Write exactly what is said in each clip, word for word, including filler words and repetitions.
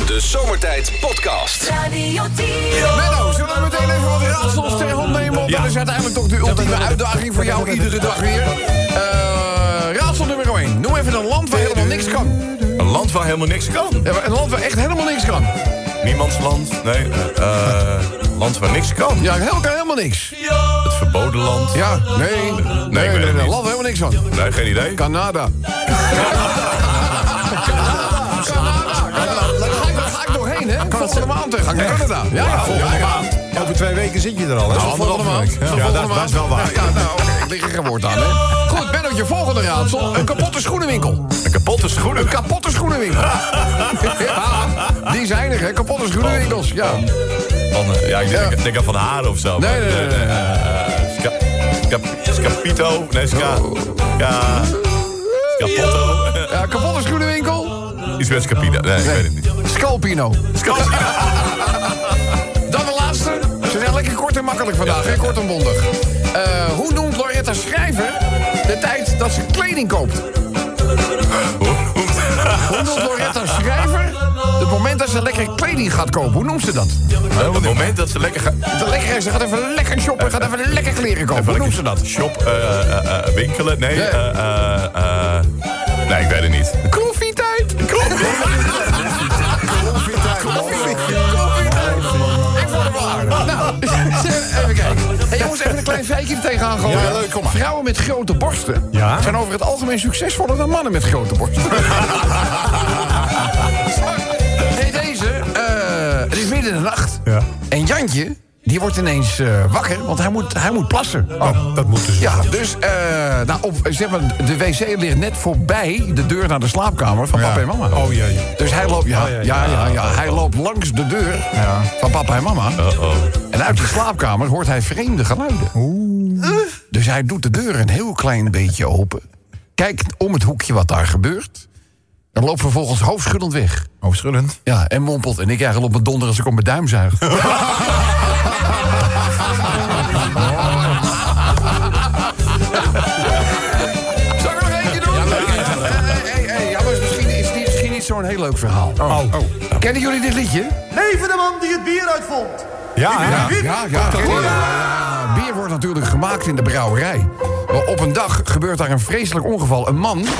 De Zomertijd Podcast. Radio tien. Menno, zullen we meteen even wat raadsels ter hand nemen? Want Ja. dat is uiteindelijk toch de ultieme uitdaging voor jou iedere dag weer. Uh, raadsel nummer één. Noem even een land waar helemaal niks kan. Een land waar helemaal niks kan. Ja, maar een land waar echt helemaal niks kan. Niemands land. Nee, uh, uh, land waar niks kan. Ja, heel, kan helemaal niks. Het verboden land. Ja, nee. Nee, ik weet nee, het nee, niet. land waar helemaal niks van. Nee, geen idee. Canada. Daar ga ik, daar ga ik doorheen, hè? Volgende maand ga ik naar Canada. Ja, ja, volgende maand. Over twee weken zit je er al, hè? Nou, volgende maand. Ja, Volgende dat, dat maand. is wel waar. Ja, ja, nou, oké, ik lig er geen woord aan, hè? Goed, Benno, je volgende raadsel. Een kapotte schoenenwinkel. Een kapotte schoenen. Een kapotte schoenenwinkel. Ja, die zijn er, hè? Kapotte schoenenwinkels, ja. Van, uh, ja, ik denk, Ja. denk aan Van Haren of zo. Nee, maar, nee, nee, nee. uh, Ska, ska, Scapito. Nee, Ska. Ska. Scapotto. Ja, kapotte schoenenwinkel. Iets met Scapito. Nee, ik weet het niet. Scalpino. Dan de laatste. Ze zijn lekker kort en makkelijk vandaag, hè? Kort en bondig. Uh, hoe noemt Loretta Schrijver de tijd dat ze kleding koopt? Hoe noemt Loretta Schrijver het moment dat ze lekker kleding gaat kopen? Hoe noemt ze dat? Op het moment dat ze lekker gaan... De lekker, ze gaat even lekker shoppen, gaat even lekker kleren kopen. Hoe noemt ze dat? Shop, uh, uh, uh, winkelen. Nee, Ja. uh, uh, uh, nee, ik weet het niet. Koffietijd. Ik vond het wel aardig. Nou, even kijken. Hey, jongens, even een klein feitje er tegenaan gooien. Ja, leuk, kom maar. Vrouwen met grote borsten Ja? zijn over het algemeen succesvoller dan mannen met grote borsten. Hey, deze. eh, het is midden in de nacht. Ja. En Jantje, die wordt ineens eh, wakker, want hij moet, hij moet plassen. Oh, dat moet dus. Ja, dus eh, nou, op, zeg maar, de wc ligt net voorbij de deur naar de slaapkamer van Ja. papa en mama. Oh jee. Dus hij loopt, ja, Oh, ja, ja, ja. ja, ja, hij loopt langs de deur Ja. van papa en mama. Uh-oh. En uit die slaapkamer hoort hij vreemde geluiden. Dus hij doet de deur een heel klein beetje open. Kijkt om het hoekje wat daar gebeurt. En loopt vervolgens hoofdschuddend weg. Hoofdschuddend. Ja, en mompelt. En ik eigenlijk op mijn donder als ik op mijn duim zuig. Zal ik er nog eentje doen? Ja, leuk. Hey, hey, hey, ja, maar misschien is het misschien niet zo'n heel leuk verhaal. Oh. oh. Kennen jullie dit liedje? Leven de man die het bier uitvond. Ja, hè? Ja, ja, ja. ja. Bier wordt natuurlijk gemaakt in de brouwerij. Maar op een dag gebeurt daar een vreselijk ongeval. Een man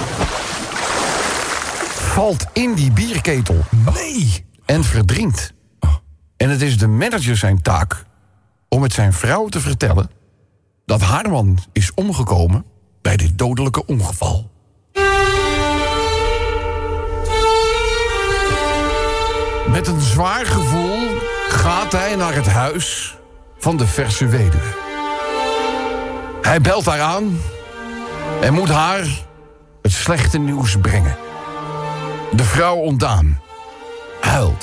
valt in die bierketel. Nee. En verdrinkt. En het is de manager zijn taak om het zijn vrouw te vertellen dat haar man is omgekomen bij dit dodelijke ongeval. Met een zwaar gevoel gaat hij naar het huis van de verse weduwe. Hij belt haar aan en moet haar het slechte nieuws brengen. De vrouw ontdaan, huilt.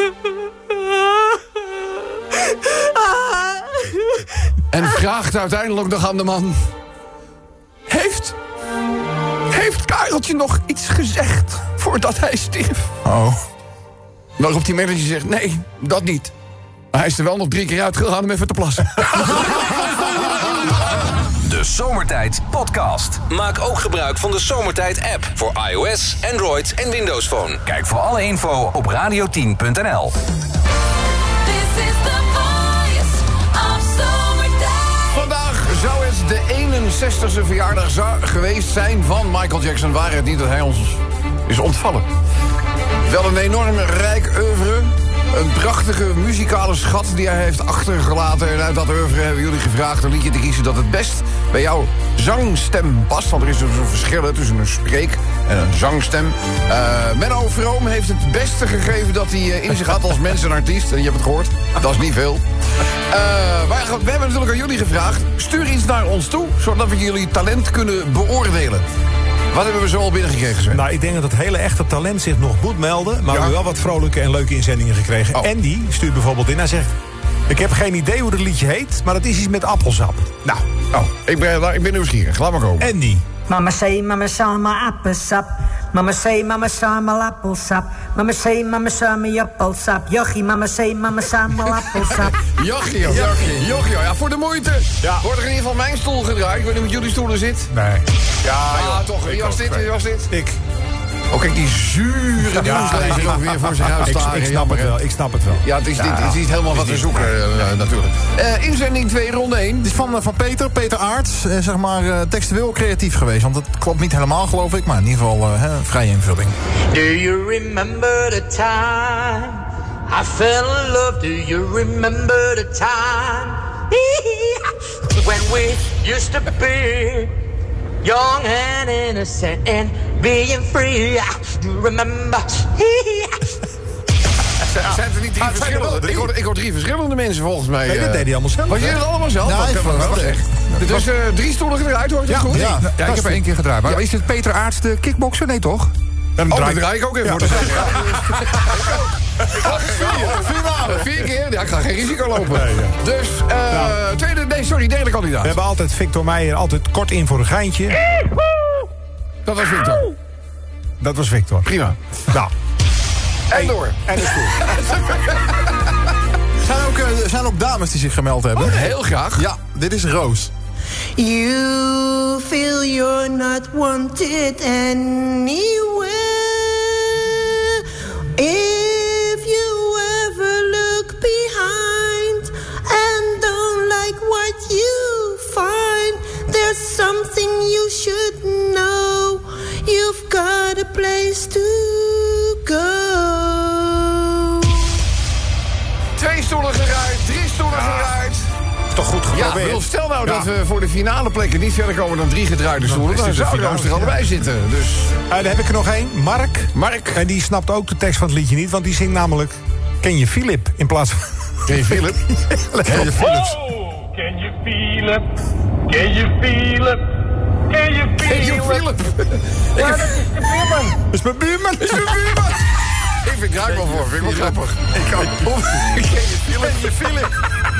En vraagt uiteindelijk nog aan de man: Heeft, heeft Kareltje nog iets gezegd voordat hij stierf? Oh. Waarop die manager zegt: nee, dat niet. Maar hij is er wel nog drie keer uitgegaan om even te plassen. De Zomertijd Podcast. Maak ook gebruik van de Zomertijd app voor iOS, Android en Windows Phone. Kijk voor alle info op radio tien punt n l. This is the voice of Zomertijd. Vandaag zou het de eenenzestigste verjaardag zou geweest zijn van Michael Jackson. Waar het niet dat hij ons is ontvallen. Wel een enorm rijk oeuvre. Een prachtige muzikale schat die hij heeft achtergelaten. En uit dat oeuvre hebben jullie gevraagd een liedje te kiezen dat het best bij jouw zangstem past. Want er is dus een verschil tussen een spreek- en een zangstem. Uh, Menno Vroom heeft het beste gegeven dat hij uh, in zich had als mens en artiest. En je hebt het gehoord, dat is niet veel. Uh, maar we hebben natuurlijk aan jullie gevraagd. Stuur iets naar ons toe, zodat we jullie talent kunnen beoordelen. Wat hebben we zo al binnengekregen, Sven? Nou, ik denk dat het hele echte talent zich nog moet melden. Maar Ja. we hebben wel wat vrolijke en leuke inzendingen gekregen. Oh. Andy stuurt bijvoorbeeld in. Hij zegt: ik heb geen idee hoe het liedje heet, maar het is iets met appelsap. Nou, Oh, ik ben, ik ben nieuwsgierig. Laat maar komen. Andy. Mama say, mama sama appelsap. Mama say, mama sama appelsap. Mama say, mama sama appelsap. Jochie, mama say, mama sama appelsap. Jochie, joh. Jochie. Jochie, joh. Ja, voor de moeite. Ja. Wordt er in ieder geval mijn stoel gedraaid. Ik weet niet hoe met jullie stoelen zit. Nee. Ja, Ah, joh. toch. Wie Ik was ook, dit? nee. Wie was dit? Ik. Oh, kijk, die zure nieuwslezer ook weer voor zich Ik, uitstaren. ik snap Jammer, het hè? wel, ik snap het wel. Ja, het is, dit, het is niet helemaal wat we zoeken, uh, natuurlijk. Uh, inzending twee, ronde één. Het is van, uh, van Peter, Peter Aarts. Uh, zeg maar uh, textueel creatief geweest. Want het klopt niet helemaal, geloof ik. Maar in ieder geval uh, hè, vrije invulling. Do you remember the time I fell in love? Do you remember the time when we used to be young and innocent and being free? Do you remember? Zijn er niet drie Ah, het zijn er wel verschillende? drie. Ik hoor, ik hoor drie verschillende mensen volgens mij. Nee, dat uh, deed hij allemaal zelf. Was jij dat allemaal zelf? Ja, Dat ik kan vond wel het wel. zeggen. Dus uh, drie stoelen eruit, hoort het Ja, goed? ja. Ja, ik heb er één keer gedraaid. Maar is het Peter Aarts de kickboxer? Nee, toch? Dan Oh, draai dat ik- draai ik ook even voor de zeker. Ik ga vier. Vier keer? Ja, ik ga geen risico lopen. Dus, uh, tweede, nee, sorry, derde kandidaat. We hebben altijd Victor Meijer altijd kort in voor een geintje. Dat was Victor. Dat was Victor. Prima. Nou, En door. en is goed. Er zijn ook, uh, er zijn ook dames die zich gemeld hebben. Heel graag. Ja, dit is Roos. You feel you're not wanted anywhere. If you ever look behind and don't like what you find, there's something you should know. You've got a place to go. Twee stoelen geruid, drie stoelen geruid. Toch goed Ja, geprobeerd. bedoel, stel nou Ja. dat we voor de finale plekken niet verder komen dan drie gedraaide stoelen. is Dan dit de zouden we finale, er allebei zitten. Dus, Uh, dan heb ik er nog één. Mark. Mark. En die snapt ook de tekst van het liedje niet. Want die zingt namelijk... Ken je Philip in plaats van... Ken je Philip? Ken je Philips? Oh, can you feel it? Can you feel it? Can you feel Ken je it? Philip? Ja, dat is de buurman. Dat is mijn buurman. Dat is mijn buurman. Ik vind het wel voor, vind ik wel grappig. Ik kan... Ken je Philip? Ken je Philip?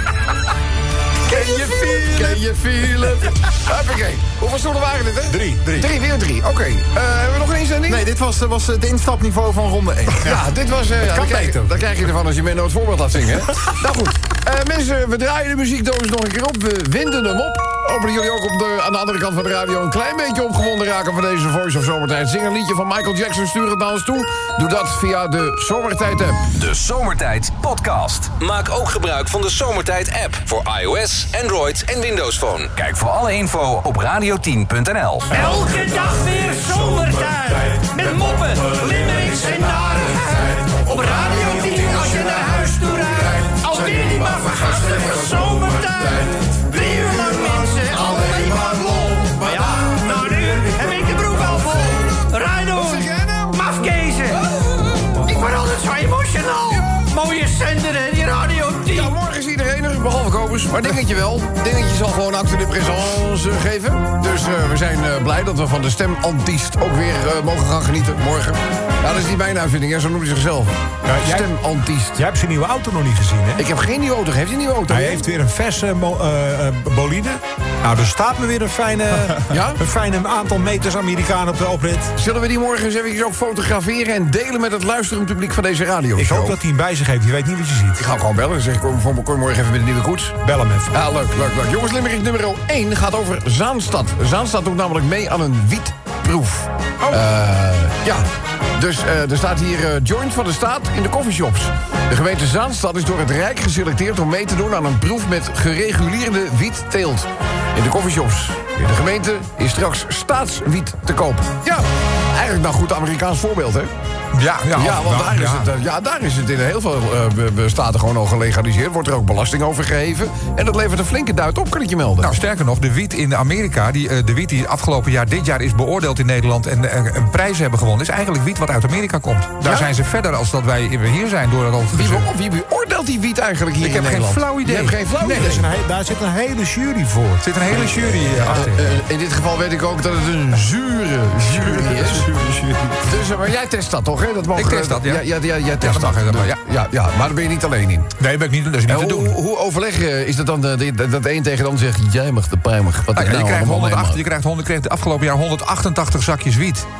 Ken je Philip? Ken je Philip? Hoppakee. Hoeveel stoelen waren dit, hè? Drie, drie. Drie, weer drie. Oké. Okay. Uh, hebben we nog een inzending? Nee, dit was, was het instapniveau van ronde één. Ja, dit was... Uh, ja, kan dan krijg, beter. dan krijg je ervan als je Menno het voorbeeld laat zingen. Hè? Nou goed. Uh, mensen, we draaien de muziekdoos nog een keer op. We winden hem op. Hopen jullie ook op de, aan de andere kant van de radio een klein beetje opgewonden raken van deze Voice of Zomertijd. Zing een liedje van Michael Jackson, stuur het naar ons toe. Doe dat via de Zomertijd-app. De Zomertijd Podcast. Maak ook gebruik van de Zomertijd app voor iOS, Android en Windows Phone. Kijk voor alle info op radio tien punt n l. Elke dag weer zomertijd. Met moppen, limmerings en narigheid. Op Radio tien als je naar huis toe rijdt. Alweer die maar vergasten van zomertijd. Drie uur lang mensen, alleen maar lol. Maar ja, nou nu heb ik de broek al vol. Rijden, mafkezen. Ik word altijd zo emotional. Mooie zender hè, die Radio tien. Ja, morgen is iedereen er, behalve Kobus. Maar Dingetje wel. Dingetje zal gewoon acte de présence geven. Dus uh, we zijn uh, blij dat we van de stemantiest ook weer uh, mogen gaan genieten morgen. Ja, dat is niet mijn uitvinding, hè? Zo noemt hij zichzelf. Ja, jij- Stemantiest. Jij hebt zijn nieuwe auto nog niet gezien, hè? Ik heb geen nieuwe auto. Heeft hij een nieuwe auto? Hij heeft weer een verse mo- uh, uh, bolide. Nou, er staat me weer een fijne, Ja? een fijne aantal meters Amerikanen op de oprit. Zullen we die morgen eens even ook fotograferen en delen met het luisterend publiek van deze radio? Ik hoop dat hij hem bij zich heeft. Je weet niet wat je ziet. Ik ga hem gewoon bellen. Dan zeg ik, kom, kom, kom morgen even met een nieuwe koets. Bel hem even. Ja, leuk, leuk, leuk. Jongens, limerick nummer één gaat over Zaanstad. Zaanstad doet namelijk mee aan een wietproef. Oh. Uh, ja, dus uh, er staat hier uh, joint van de staat in de coffeeshops. De gemeente Zaanstad is door het Rijk geselecteerd om mee te doen aan een proef met gereguleerde wietteelt. In de coffeeshops. In de gemeente is straks staatswiet te koop. Ja, eigenlijk nou goed Amerikaans voorbeeld, hè? Ja, ja, Ja, want ja, daar is, ja. het, uh, ja, daar is het in heel veel uh, be- be- staten gewoon al gelegaliseerd. Wordt er ook belasting over geheven. En dat levert een flinke duit op, kan ik je melden. Nou, sterker nog, de wiet in Amerika, die, uh, de wiet die afgelopen jaar, dit jaar is beoordeeld in Nederland en uh, een prijs hebben gewonnen, is eigenlijk wiet wat uit Amerika komt. Daar Ja? zijn ze verder als dat wij hier zijn door dat Wie, gezin. be- wie beoordeelt die wiet eigenlijk hier Ik in heb geen Nederland? flauw idee. Je hebt geen flauw Nee, idee. Er is een he- daar zit een hele jury voor. Er zit een hele jury uh, achter. Uh, in dit geval weet ik ook dat het een zure jury is. Dus, uh, maar jij test dat toch, hè? Dat mag, Ik test dat, ja. Ja, ja, ja, jij test Ja, dat mag, dat. dat mag, ja. ja, ja, maar daar ben je niet alleen in. Nee, dat ben ik niet, dat is niet En te hoe, doen. hoe overleg uh, is dat dan uh, die- dat, dat een tegen de ander zegt... jij mag de pijmig, wat Nou ik ja, je, nou krijgt allemaal honderdachttien, je meemaak. krijgt honderd, kreeg het afgelopen jaar honderdachtentachtig zakjes wiet.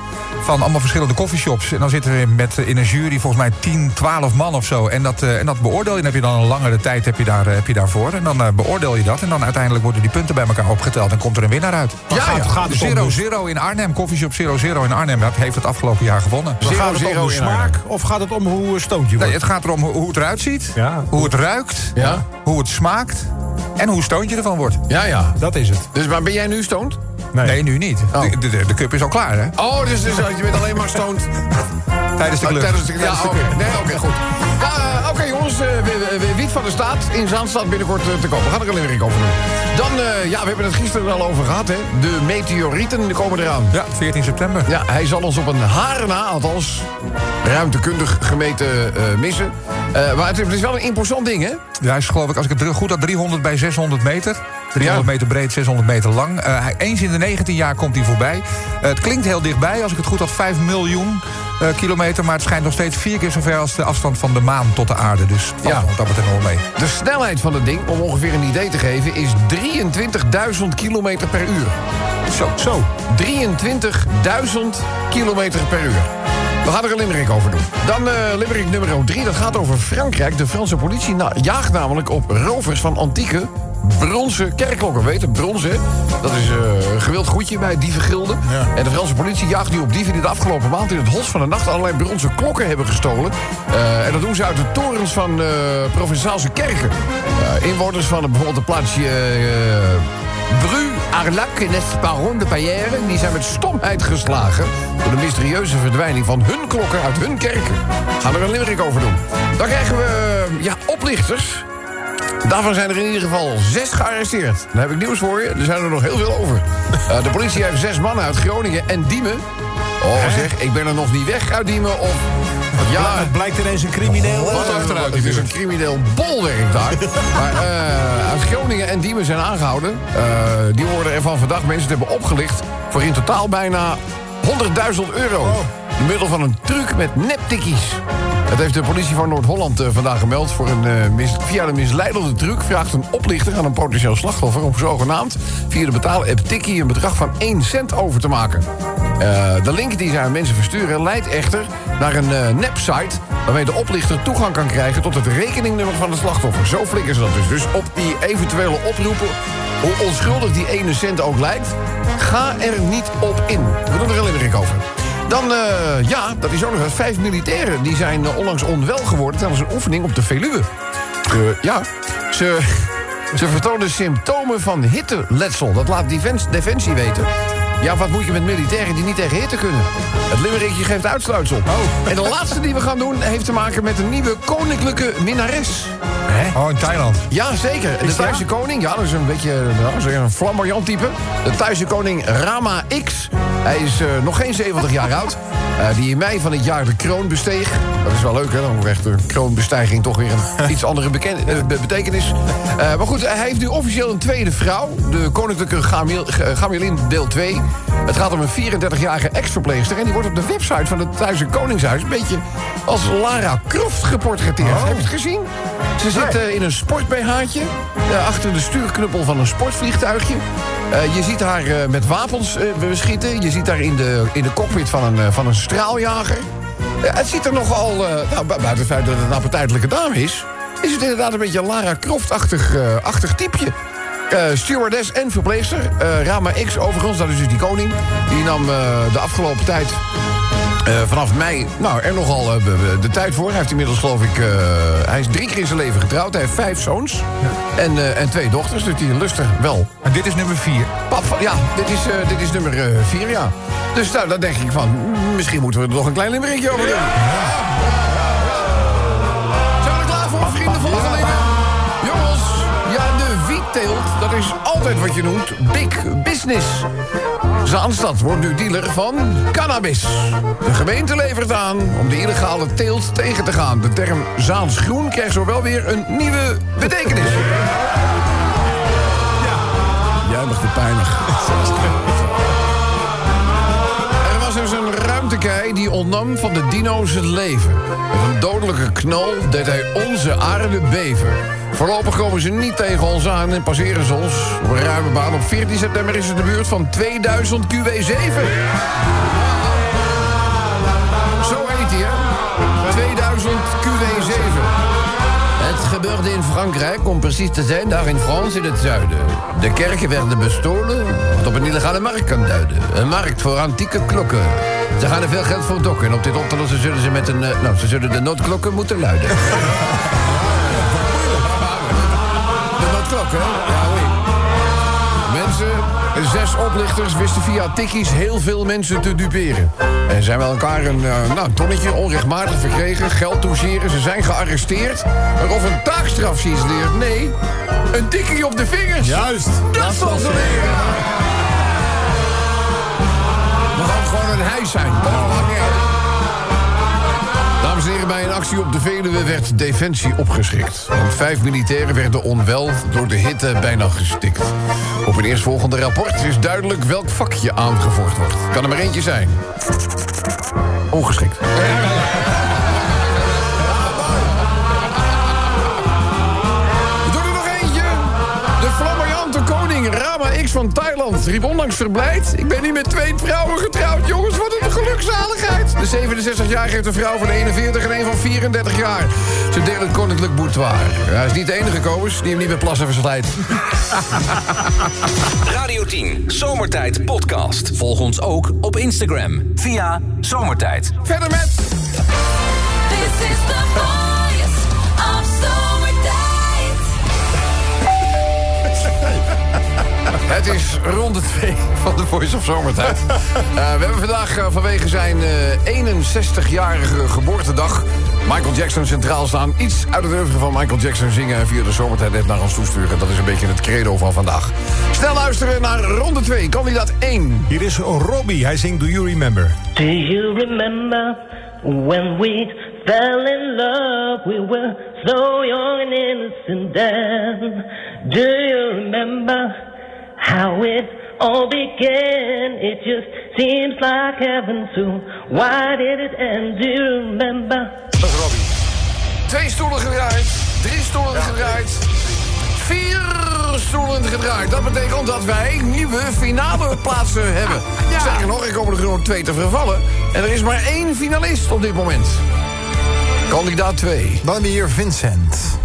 van allemaal verschillende coffeeshops. En dan zitten we met, in een jury volgens mij tien, twaalf man of zo. En dat, uh, en dat beoordeel je. Dan heb je dan een langere tijd heb je, daar, uh, heb je daarvoor. En dan uh, beoordeel je dat. En dan uiteindelijk worden die punten bij elkaar opgeteld. En komt er een winnaar uit. Ja, ja. Gaat, gaat Zero Zero in Arnhem. Coffeeshop Zero Zero in Arnhem. Dat heeft het afgelopen jaar gewonnen. Zero, gaat het zero om de smaak Arnhem. of gaat het om hoe stoontje wordt? Nee, het gaat erom hoe het eruit ziet. Ja. Hoe het ruikt. Ja. Hoe het smaakt. En hoe stoontje ervan wordt. Ja, ja. Dat is het. Dus maar ben jij nu stoned? Nee, Nee, nu niet. Oh. De, de, de cup is al klaar, hè? Oh, dus, dus je bent alleen maar stoned Tijdens de oh, club. tijdens de, ja, Tijdens de oké. club. Nee, oké, goed. Ja, uh, oké, jongens. Uh, we- we- Wiet van de Staat in Zaanstad binnenkort uh, te kopen. We gaan er een limerick over doen. Dan, uh, ja, we hebben het gisteren al over gehad, hè. De meteorieten die komen eraan. Ja, veertien september. Ja, hij zal ons op een haar na, althans ruimtekundig gemeten uh, missen. Uh, maar het is- het is wel een imposant ding, hè? Ja, hij is geloof ik, als ik het goed had, driehonderd bij zeshonderd meter. driehonderd Ja. meter breed, zeshonderd meter lang. Uh, hij, eens in de negentien jaar komt hij voorbij. Uh, het klinkt heel dichtbij. Als ik het goed had, vijf miljoen uh, kilometer. Maar het schijnt nog steeds vier keer zover als de afstand van de maan tot de aarde. Dus valt Ja. ja. dat betreft nog mee. De snelheid van het ding, om ongeveer een idee te geven, is drieëntwintigduizend kilometer per uur. Zo, zo. drieëntwintigduizend kilometer per uur. We gaan er een limerick over doen. Dan uh, limerick nummer drie, dat gaat over Frankrijk. De Franse politie na- jaagt namelijk op rovers van antieke bronzen kerkklokken. Weet je, bronzen, dat is uh, een gewild goedje bij dievengilden. Ja. En de Franse politie jaagt nu op dieven die de afgelopen maand in het Hos van de Nacht allerlei bronzen klokken hebben gestolen. Uh, en dat doen ze uit de torens van uh, provinciaalse kerken. Uh, inwoners van uh, bijvoorbeeld het plaatsje Uh, Bru, Arlac en Esparon de Payère, die zijn met stomheid geslagen door de mysterieuze verdwijning van hun klokken uit hun kerken. Gaan we er een limerick over doen. Dan krijgen we uh, ja, oplichters. Daarvan zijn er in ieder geval zes gearresteerd. Dan heb ik nieuws voor je, er zijn er nog heel veel over. Uh, de politie heeft zes mannen uit Groningen en Diemen. Oh zeg, ik ben er nog niet weg uit Diemen of... Ja, het blijkt ineens een crimineel. wat uh, achteruit. Het is een crimineel bolwerk daar. Maar uh, uit Groningen en Diemen zijn aangehouden. Uh, die worden ervan verdacht mensen te hebben opgelicht voor in totaal bijna honderdduizend euro. Door middel van een truc met neptikkies. Dat heeft de politie van Noord-Holland uh, vandaag gemeld. Voor een, uh, mis, via de misleidende truc vraagt een oplichter aan een potentieel slachtoffer om zogenaamd via de betaal-app Tikkie een bedrag van één cent over te maken. Uh, de link die zij aan mensen versturen leidt echter naar een uh, nepsite waarmee de oplichter toegang kan krijgen tot het rekeningnummer van het slachtoffer. Zo flikken ze dat dus. Dus op die eventuele oproepen, hoe onschuldig die ene cent ook lijkt, ga er niet op in. We doen er een limerick over. Dan, uh, ja, dat is ook nog eens. Vijf militairen die zijn uh, onlangs onwel geworden tijdens een oefening op de Veluwe. Uh, ja, ze, ze vertoonden symptomen van hitteletsel. Dat laat Defens, Defensie weten. Ja, wat moet je met militairen die niet tegen hitte kunnen? Het limerickje geeft uitsluitsel. Oh. En de laatste die we gaan doen heeft te maken met een nieuwe koninklijke minnares. Hè? Oh, in Thailand. Ja, zeker. De Thaise koning, ja, dat is een beetje nou, zeg een flamboyant type. De Thaise koning Rama X. Hij is uh, nog geen zeventig jaar oud. Uh, die in mei van het jaar de kroon besteeg. Dat is wel leuk, hè? Dan krijgt de kroonbestijging toch weer een iets andere beken- uh, betekenis. Uh, maar goed, hij heeft nu officieel een tweede vrouw. De koninklijke Gamil- Gamelin deel twee. Het gaat om een vierendertigjarige ex-verpleegster. En die wordt op de website van het Thaise Koningshuis een beetje als Lara Croft geportretteerd. Oh. Heb je het gezien? Ze zit uh, in een sport-B H'tje. Uh, achter de stuurknuppel van een sportvliegtuigje. Uh, je ziet haar uh, met wapens uh, beschieten. Je ziet haar in de, in de cockpit van een, uh, van een straaljager. Uh, het ziet er nogal, uh, nou, bu- buiten het feit dat het een appetijtelijke dame is, is het inderdaad een beetje een Lara Croft-achtig uh, achtig typeje. Uh, stewardess en verpleegster. Uh, Rama X overigens, dat is dus die koning. Die nam uh, de afgelopen tijd Uh, vanaf mei, nou, er nogal uh, de tijd voor. Hij heeft inmiddels, geloof ik, uh, hij is drie keer in zijn leven getrouwd. Hij heeft vijf zoons ja. en, uh, en twee dochters, dus die lust er wel. En dit is nummer vier. Pap, ja, dit is, uh, dit is nummer uh, vier, ja. Dus nou, dan denk ik van, mm, misschien moeten we er nog een klein limerickje over doen. Ja. Zijn we er klaar voor, vrienden van Lachelingen? Jongens, ja, de wietteelt, dat is altijd wat je noemt big business. Zaanstad wordt nu dealer van cannabis. De gemeente levert aan om de illegale teelt tegen te gaan. De term Zaansgroen krijgt zo wel weer een nieuwe betekenis. Ja. Jij mag de pijnig. Er was dus een ruimtekei die ontnam van de dino's het leven. Met een dodelijke knal deed hij onze aarde beven. Voorlopig komen ze niet tegen ons aan en passeren ze ons op een ruime baan. Op veertien september is het de buurt van tweeduizend Q W zeven. tweeduizend Q W zeven. Het gebeurde in Frankrijk, om precies te zijn, daar in Frans in het zuiden. De kerken werden bestolen, wat op een illegale markt kan duiden. Een markt voor antieke klokken. Ze gaan er veel geld voor dokken en op dit op te lossen zullen ze met een... Uh, nou, ze zullen de noodklokken moeten luiden. De noodklokken, hè? Ja, oui. Mensen, zes oplichters wisten via tikkies heel veel mensen te duperen. En zijn wel elkaar een uh, nou, tonnetje onrechtmatig verkregen, geld toucheren, ze zijn gearresteerd. Maar of een taakstraf ze iets leert, nee, een tikkie op de vingers. Juist. Dat zal ze leren. We gaan gewoon een huis zijn. Dat maakt niet uit. Dames en heren, bij een actie op de Veluwe werd Defensie opgeschrikt. Want vijf militairen werden onwel door de hitte bijna gestikt. Op een eerstvolgende rapport is duidelijk welk vakje aangevoerd wordt. Kan er maar eentje zijn. Ongeschikt. We doen er nog eentje. De flamboyante koning Rama X van Thailand riep ondanks verblijd: ik ben niet met twee vrouwen getrouwd, jongens, wat een gelukzaligheid. De zevenenzestigjarige heeft een vrouw van eenenveertig en een van vierendertig jaar. Ze delen het koninklijk boudoir. Hij is niet de enige koos die hem niet met plassen verslijt. Radio tien, Zomertijd Podcast. Volg ons ook op Instagram via Zomertijd. Verder met... This is the voice of Zomertijd. Het is ronde twee van de Voice of Zomertijd. Uh, we hebben vandaag uh, vanwege zijn uh, eenenzestigjarige geboortedag Michael Jackson centraal staan. Iets uit het oeuvre van Michael Jackson zingen en via de Zomertijd net naar ons toesturen. Dat is een beetje het credo van vandaag. Snel luisteren naar ronde twee, kandidaat één. Hier is Robbie, hij zingt Do You Remember. Do you remember when we fell in love? We were so young and innocent then. Do you remember how it all began? It just seems like heaven, so why did it end? Do you remember? Dat is Robbie. Twee stoelen gedraaid, drie stoelen ja. gedraaid, vier stoelen gedraaid. Dat betekent dat wij nieuwe finale plaatsen hebben. Ja. Sterker nog, er komen er gewoon twee te vervallen. En er is maar één finalist op dit moment. Kandidaat twee. Dan hebben we hier Vincent.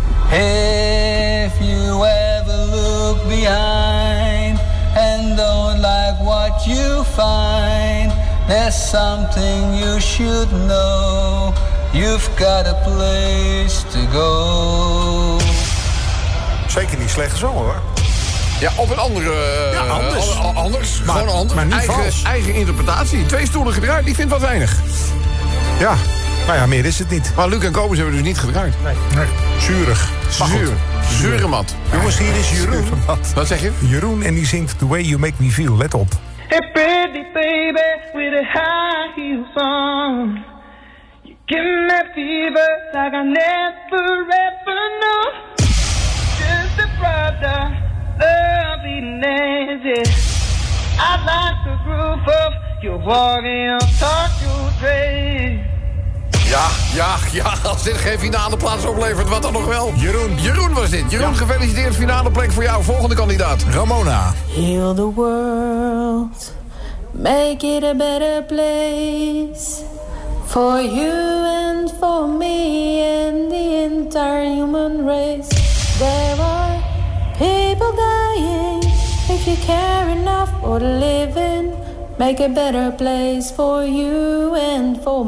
If you ever look behind and don't like what you find, there's something you should know. You've got a place to go. Zeker niet slecht gezongen, hoor. Ja, op een andere... Ja, anders. Uh, anders. Maar, gewoon anders. maar niet eigen, vals. eigen interpretatie. Twee stoelen gedraaid, die vindt wat weinig. Ja, nou ja, meer is het niet. Maar Luc en Kobus hebben dus niet gedraaid. Nee. nee. Zuurig. Zuur. Zure mat. Jongens, hier is Jeroen. Wat zeg je? Jeroen en die zingt The Way You Make Me Feel. Let op. Hey pretty baby with a high heels on, you give me fever like I never ever know. Just a brother, lovely Nancy. I like the groove of your walking on Tokyo Train. Ja, ja, ja, als dit geen finale plaats oplevert, wat dan nog wel? Jeroen. Jeroen was dit. Jeroen, ja. Gefeliciteerd, finale plek voor jou. Volgende kandidaat. Ramona. Heal the world, make it a better place. For you and for me and the entire human race. There are people dying. If you care enough for the living, make a better place for you and for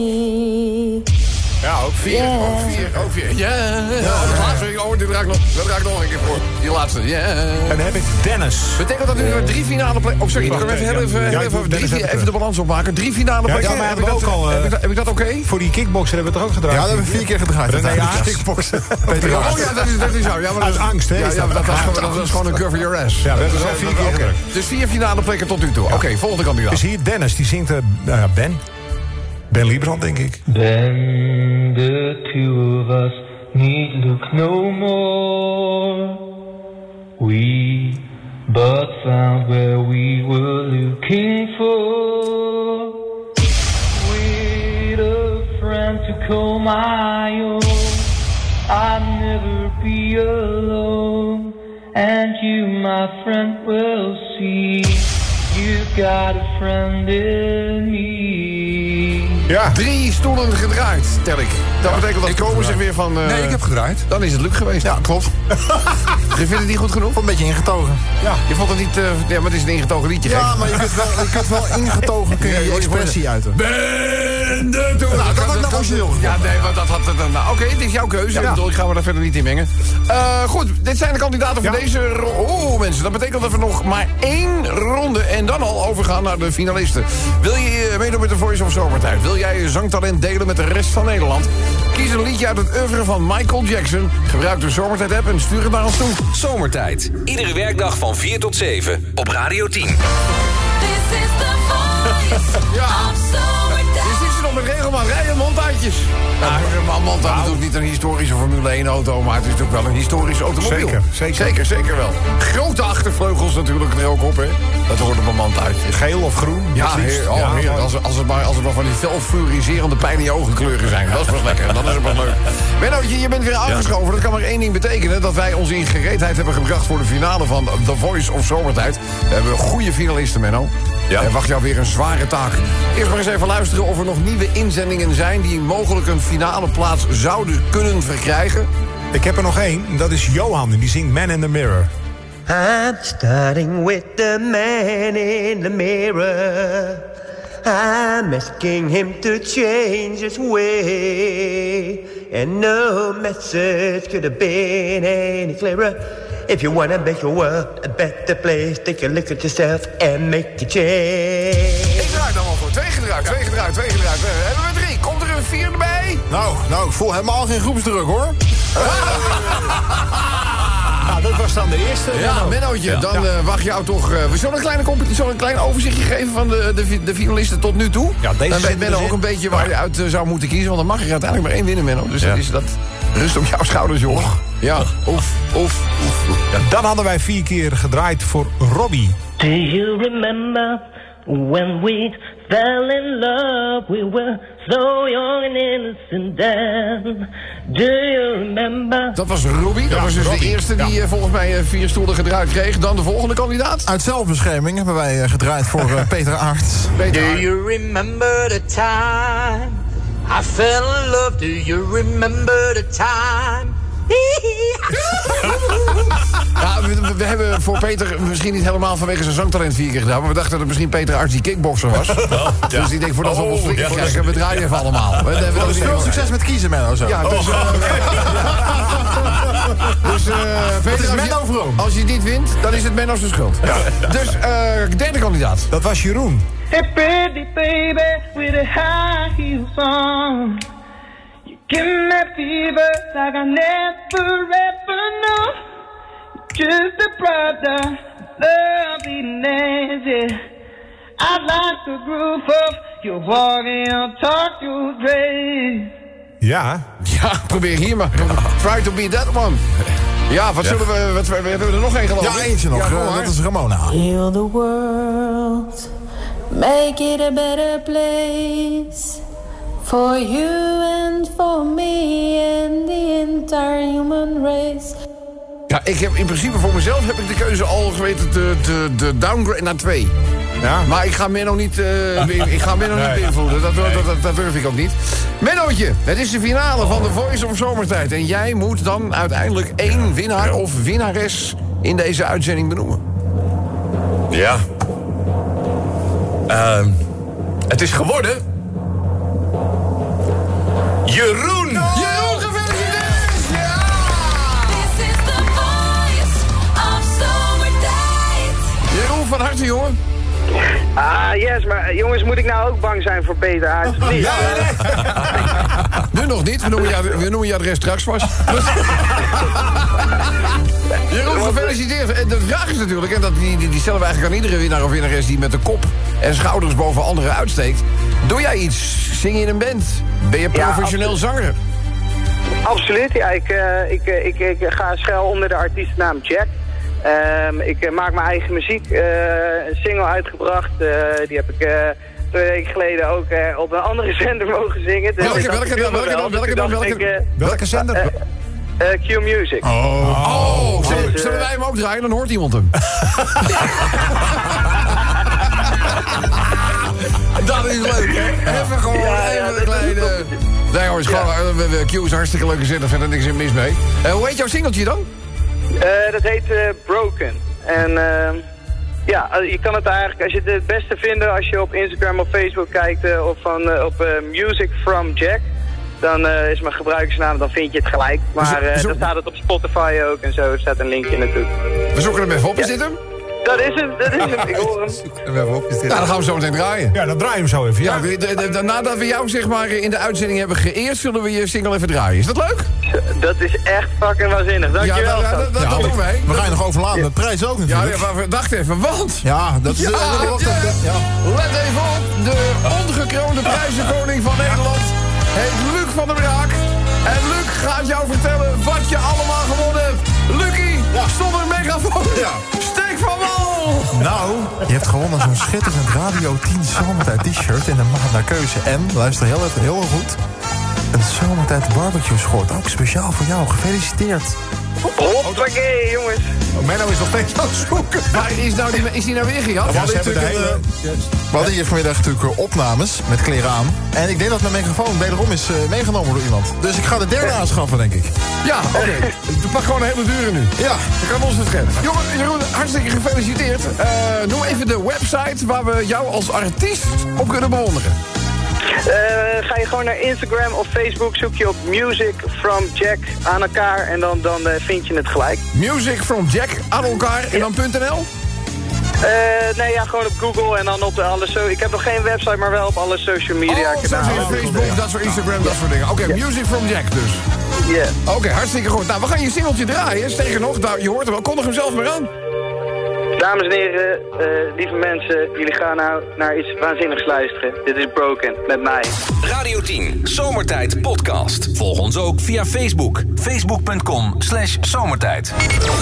me. Ja, ook vier, yeah. ook vier, ook vier. Ja, yeah. ja. De laatste, oh, dit raak ik nog, dat raak ik nog een keer voor. Die laatste, ja. Yeah. En dan heb ik Dennis. Betekent dat nu weer drie finale plekken? Oh, sorry, ik kan even, heel even, heel even, drie, even, even de balans opmaken. Drie finale plekken. Ja, maar hebben we ook al... Heb ik dat, heb ik dat oké? Okay? Voor die kickboxer hebben we het er ook gedraaid. Ja, dat hebben we vier keer gedraaid. René Haas. Kickboxer. Peter oh ja, dat is, dat is zo. Ja, maar uit dat, angst, hè? Ja, ja, dat, was, dat was gewoon een cover your ass. Ja, we hebben er al vier keer gedraaid. Dus vier finale plekken tot nu toe. Oké, okay, volgende kandidaat. Dus hier Dennis, die zingt uh, Ben. Ben Liebrand, denk ik. Then the two of us need look no more. We but found where we were looking for. With a friend to call my own, I'd never be alone. And you, my friend, will see you've got a friend in me. Ja. Drie stoelen gedraaid, tel ik. Dat betekent dat Komen zich weer van... Uh, nee, ik heb gedraaid. Dan is het Luc geweest. Ja, klopt. Je vindt het niet goed genoeg? Een beetje ingetogen. Ja. Je vond het niet... Uh, ja, maar het is een ingetogen liedje, Ja, gek. maar je kunt wel, je kunt wel ingetogen kun je, je expressie uiten. Ben de toer. Nou, dat had ik nou origineel gevonden. Ja, nee, maar dat had... Nou, oké, het is jouw keuze. Ja. Ik bedoel, ik ga me daar verder niet in mengen. Uh, goed, dit zijn de kandidaten voor Ja. deze... ro- Oh, mensen, dat betekent dat we nog maar één ronde... en dan al overgaan naar de finalisten. Wil je uh, meedoen met de Voice of Zomertijd? Wil jij je zangtalent delen met de rest van Nederland? Kies een liedje uit het oeuvre van Michael Jackson. Gebruik de Zomertijd-app en stuur het naar ons toe. Zomertijd. Iedere werkdag van vier tot zeven op Radio tien. This is the voice Ja. of Zomertijd. Je ziet ze nog met regelmaat rijden, montaatjes. Nou, een Monta is natuurlijk niet een historische Formule één auto... maar het is natuurlijk wel een historische automobiel. Zeker, zeker. Zeker, zeker wel. Grote achtervleugels natuurlijk er ook op, hè. Dat hoort op een Montaatje. Geel of groen? Ja, het liefst. heer, oh, Ja, heer, mooi. als, als, het maar, als het maar van die felfluoriserende pijn in je ogen kleuren zijn. Dat is wel lekker, dat is wel leuk. Mennootje, je bent weer aangeschoven. Dat kan maar één ding betekenen. Dat wij ons in gereedheid hebben gebracht voor de finale van The Voice of Zomertijd. We hebben goede finalisten, Menno. Ja. Er wacht jou weer een zware taak. Eerst maar eens even luisteren of er nog nieuwe inzendingen zijn... die mogelijk een finale plaats zouden kunnen verkrijgen. Ik heb er nog één. En dat is Johan. En die zingt Man in the Mirror. I'm starting with the man in the mirror. I'm asking him to change his way. And no message could have been any clearer. If you wanna make your world a better place, take a look at yourself and make a change. Ik draai dan wel voor. Twee gedraaid, twee gedraaid, twee gedraaid. Hebben we drie? Komt er een vierde bij? Nou, nou, ik voel helemaal geen groepsdruk, hoor. Nou, dat was dan de eerste. Ja, Mennootje, dan uh, wacht jou toch... Uh, we zullen een, kleine competitie, zullen een klein overzichtje geven van de, de, de finalisten tot nu toe. Ja, deze dan weet zit Menno er ook in. een beetje waar je uit uh, zou moeten kiezen. Want dan mag je uiteindelijk maar één winnen, Menno. Dus Ja. dat is dat rust op jouw schouders, joh. Ja, oef, oef, oef. Ja, dan hadden wij vier keer gedraaid voor Robbie. Do you remember when we fell in love? We were so young and innocent then. Do you remember? Dat was Robbie. Dat Ja, was dus Robbie. de eerste die Ja. uh, volgens mij uh, vier stoelen gedraaid kreeg. Dan de volgende kandidaat. Uit zelfbescherming hebben wij uh, gedraaid voor uh, Peter Aerts. Peter Do Aerts. you remember the time I fell in love? Do you remember the time? Ja, we, we hebben voor Peter misschien niet helemaal vanwege zijn zangtalent vier keer gedaan. Maar we dachten dat het misschien Peter Aerts die kickboxer was. Dus ik denk, voordat we op ons Oh, flikken ja. krijgen, we draaien even allemaal. We, we, we, Dus we- veel succes met kiezen, Menno. Zo. Ja, dus... Uh, dus uh, Peter, is als Menno je, Vroom. als je dit wint, dan is het Menno's de schuld. Dus, uh, derde kandidaat. Dat was Jeroen. Hey, pretty baby with a high heels on. You give me fever like I never ever know. Just a brother, loveliness, yeah. I like the groove of your walking on talk to Dre. Ja. Ja, probeer hier maar. Try to be that one. Ja, wat zullen we... Wat, we hebben er nog één geloof ik. Ja, eentje nog. Ja, kom Uh, maar. dat is Ramona. Heal the world, make it a better place for you and for me and the entire human race. Ja, ik heb in principe voor mezelf heb ik de keuze al geweten te, te, te downgrade naar twee. Ja. Maar ik ga Menno niet, uh, ik ga Menno niet beïnvloeden. Dat, dat, dat, dat durf ik ook niet. Mennootje, het is de finale van de Voice of Zomertijd. En jij moet dan uiteindelijk één winnaar of winnares in deze uitzending benoemen. Ja. Ehm, het is geworden... Jeroen! Jeroen, gefeliciteerd! Ja! This is the voice of Zomertijd. Jeroen, van harte, jongen. Ah, yes, maar eh, jongens, moet ik nou ook bang zijn voor Peter Aerts? of niet? Nu nog niet, we noemen je, we noemen je adres straks vast. Jeroen, gefeliciteerd. En de vraag is natuurlijk, en dat, die, die, die stellen we eigenlijk aan iedere winnaar of winnares die met de kop en schouders boven anderen uitsteekt. Doe jij iets? Zing je in een band? Ben je professioneel Ja, zanger? Absoluut, ja. Ik, eh, ik, eh, ik, ik ga schuil onder de artiestennaam Jack. Ehm, ik eh, maak mijn eigen muziek. eh, een single uitgebracht. eh, die heb ik eh, twee weken geleden ook eh, op een andere zender mogen zingen. Dus Welke, ik dacht, welke, ik doe welke, me wel. welke, welke, Dus toen dacht welke, ik, eh, Welke zender? eh, eh, Q Music. Oh, oh zullen, Dus, zullen eh, wij hem ook draaien? Dan hoort iemand hem. Dat is leuk, hè? Even gewoon, Ja, ja, even dat een kleine... Nee hoor, is gewoon, uh, Q is hartstikke leuke zin, daar verder niks in mis mee. Uh, hoe heet jouw singeltje dan? Uh, dat heet uh, Broken. En uh, ja, je kan het eigenlijk, als je het het beste vinden als je op Instagram of Facebook kijkt uh, of van, uh, op uh, Music from Jack. Dan uh, is mijn gebruikersnaam, dan vind je het gelijk. Maar uh, dan staat het op Spotify ook en zo, er staat een linkje naartoe. We zoeken hem even op, is ja. dit hem? Dat is hem, dat is hem, ik hoor hem. Nou, dan gaan we zo meteen draaien. Ja, dan draai je hem zo even. Ja. Ja, de, de, de, nadat we jou zeg maar in de uitzending hebben geëerd, zullen we je single even draaien. Is dat leuk? Dat is echt fucking waanzinnig, dankjewel. Ja, dat, dat, dat, Ja, dat we, doen wij. we gaan je nog overladen, de prijs ook Ja, natuurlijk. ja, maar wacht even, want... Ja, dat is... Ja, de, de, de, de- ja. Let even op, de ongekroonde prijzenkoning van Nederland heet Luc van der Braak. En Luc gaat jou vertellen wat je allemaal gewonnen hebt. Lucie, zonder megafoon. Ja. Steek van wal! Nou, je hebt gewonnen zo'n schitterend Radio tien Zomertijd t-shirt in de maand naar keuze. En, luister heel even, heel goed, een Zomertijd barbecue schort. Ook speciaal voor jou. Gefeliciteerd. Hoppakee, jongens. Oh, Menno is nog steeds aan het zoeken. Maar is, nou die, is die nou weer gejat? We hadden, ze hebben natuurlijk de een, eh, we hadden hier vanmiddag natuurlijk eh, opnames met kleren aan. En ik denk dat mijn microfoon wederom is uh, meegenomen door iemand. Dus ik ga de derde aanschaffen, denk ik. Ja, oké. Okay. Pak gewoon een hele dure nu. Ja. Dat kan ons het schelen. Jongen, Jeroen, hartstikke gefeliciteerd. Uh, noem even de website waar we jou als artiest op kunnen bewonderen. Uh, ga je gewoon naar Instagram of Facebook, zoek je op Music from Jack aan elkaar en dan, dan uh, vind je het gelijk. Music from Jack aan elkaar en dan .nl? Uh, nee, ja, gewoon op Google en dan op de alle so. Ik heb nog geen website, maar wel op alle social media Oh, kanalen. zoals Facebook, dat soort Instagram, dat soort dingen. Oké, okay, Music from Jack dus. Ja. Yeah. Oké, okay, hartstikke goed. Nou, we gaan je singeltje draaien. Sterker nog, nou, je hoort hem wel. Kondig hem zelf maar aan. Dames en heren, uh, lieve mensen, jullie gaan nou naar iets waanzinnigs luisteren. Dit is Broken, met mij. Radio tien, Zomertijd podcast. Volg ons ook via Facebook. Facebook.com slash zomertijd.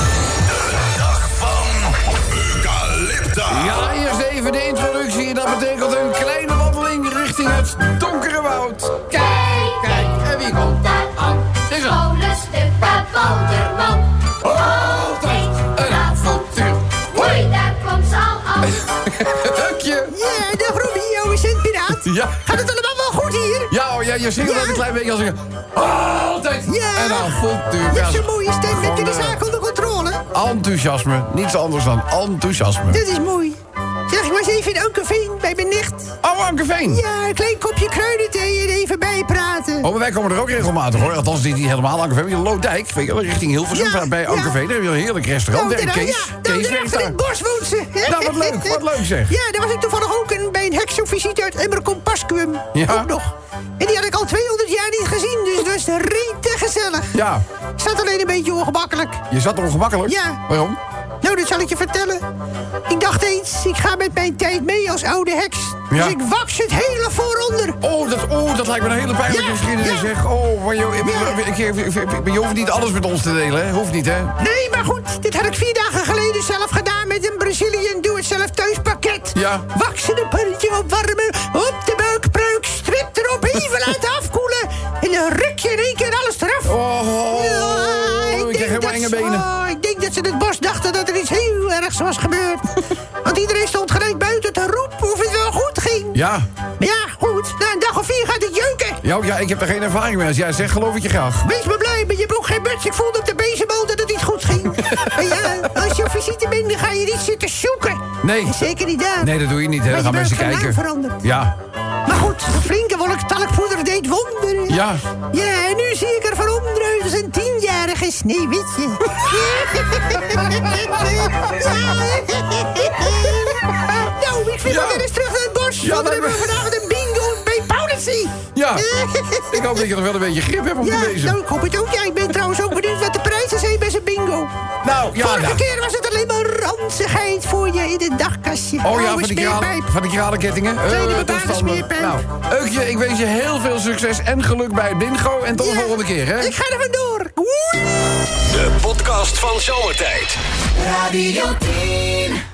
Dag van Eucalypta. Ja, eerst even de introductie. Dat betekent een kleine wandeling richting het donkere woud. Kijk, kijk, en wie komt daar aan? Is er? Paulus de Papanderman. Altijd een avontuur. Hoi, daar komt ze al aan. Hukje. Ja, dag Romeo is een piraat. Ja. Gaat het allemaal wel goed hier? Ja, oh, ja, je zingt Ja. dat een klein beetje als ik... Altijd Ja. een avontuur. Je Ja, hebt zo'n mooie stem, heb je de gewoon, zaak onder controle? enthousiasme. Niets anders dan enthousiasme. Dat is mooi. Zeg, ik was even in Ankeveen bij mijn nicht. Oh, Ankeveen. Ja, een klein kopje kruidenthee en even bijpraten. Oh, maar wij komen er ook regelmatig hoor. Althans, niet helemaal Ankeveen. Lodijk, weet je wel, richting Hilversum. Ja, bij Ankeveen. Daar heb je een heerlijk restaurant. Nou, Daar daar- Kees. ja, daar Kees werkt achter in daar. het bos woont ze. Nou, wat leuk, wat leuk zeg. Ja, daar was ik toevallig ook een, bij een heksenvisite uit Emmerkom Pascuum. Ja. Ook nog. En die had ik al tweehonderd jaar niet gezien, dus dat is rete gezellig. Ja, Ik zat alleen een beetje ongemakkelijk. je zat er ongemakkelijk. Ja. Waarom? Nou, dat zal ik je vertellen. Ik dacht eens, ik ga met mijn tijd mee als oude heks. Ja. Dus ik wax het hele vooronder. Oh, dat, oh, dat lijkt me een hele pijnlijke Ja, geschiedenis, ja. zeg. Oh, maar je, Ja. ik, ik, ik, ik- je hoeft niet alles met ons te delen, hè? Hoeft niet, hè? Nee, maar goed, dit had ik vier dagen geleden zelf gedaan met een Brazilian doe-het-zelf thuispakket. Ja. Waksen, een pannetje opwarmen, op de buikpruik, strip erop, even laten afkoelen. En dan ruk je in één keer alles eraf. Oh, oh, Ja, ik krijg helemaal dat enge ze- benen. oh, ik denk dat ze in het bos dachten dat er iets heel ergs was gebeurd. Want iedereen stond gelijk buiten te roepen of het wel goed ging. Ja. Maar ja, goed, na een dag of vier gaat het jeuken. Ja, ja, ik heb er geen ervaring mee. Als jij zegt, geloof ik je graag. Wees maar blij, maar je hebt ook geen muts. Ik voelde op de bezemol dat het niet goed ging. Maar ja, als je op visite bent, dan ga je niet zitten zoeken. Nee. En zeker niet daar. Nee, dat doe je niet, hè? Maar Dan gaan je mensen bent van kijken. naam veranderd. Ja. Maar goed, de flinke wolk talkpoeder deed wonderen. Ja. Ja, en nu zie ik er van onderuit als een tienjarige sneeuwwitje. Nou, ik vind Ja. wel weer eens terug naar het bos. Ja, want we nee, hebben maar- vanavond een bingo bij Paulusie. Ja. Ik hoop dat je nog wel een beetje grip hebt om Ja, te lezen. nou, ik hoop het ook. Ja, ik ben trouwens ook benieuwd wat de prijzen zijn bij zijn bingo. Nou, ja, Vorige nou. keer was het alleen maar ranzigheid voor je in het dagkastje. Oh ja, Oude van die, kralen, smeerpijp. van die kralenkettingen. Eh, Tweede bepaalde toestanden. smeerpijp. Nou, Eukje, ik wens je heel veel succes en geluk bij het bingo. En tot de Ja. volgende keer, hè? Ik ga er vandoor. Oei. De podcast van Zomertijd. Radio tien.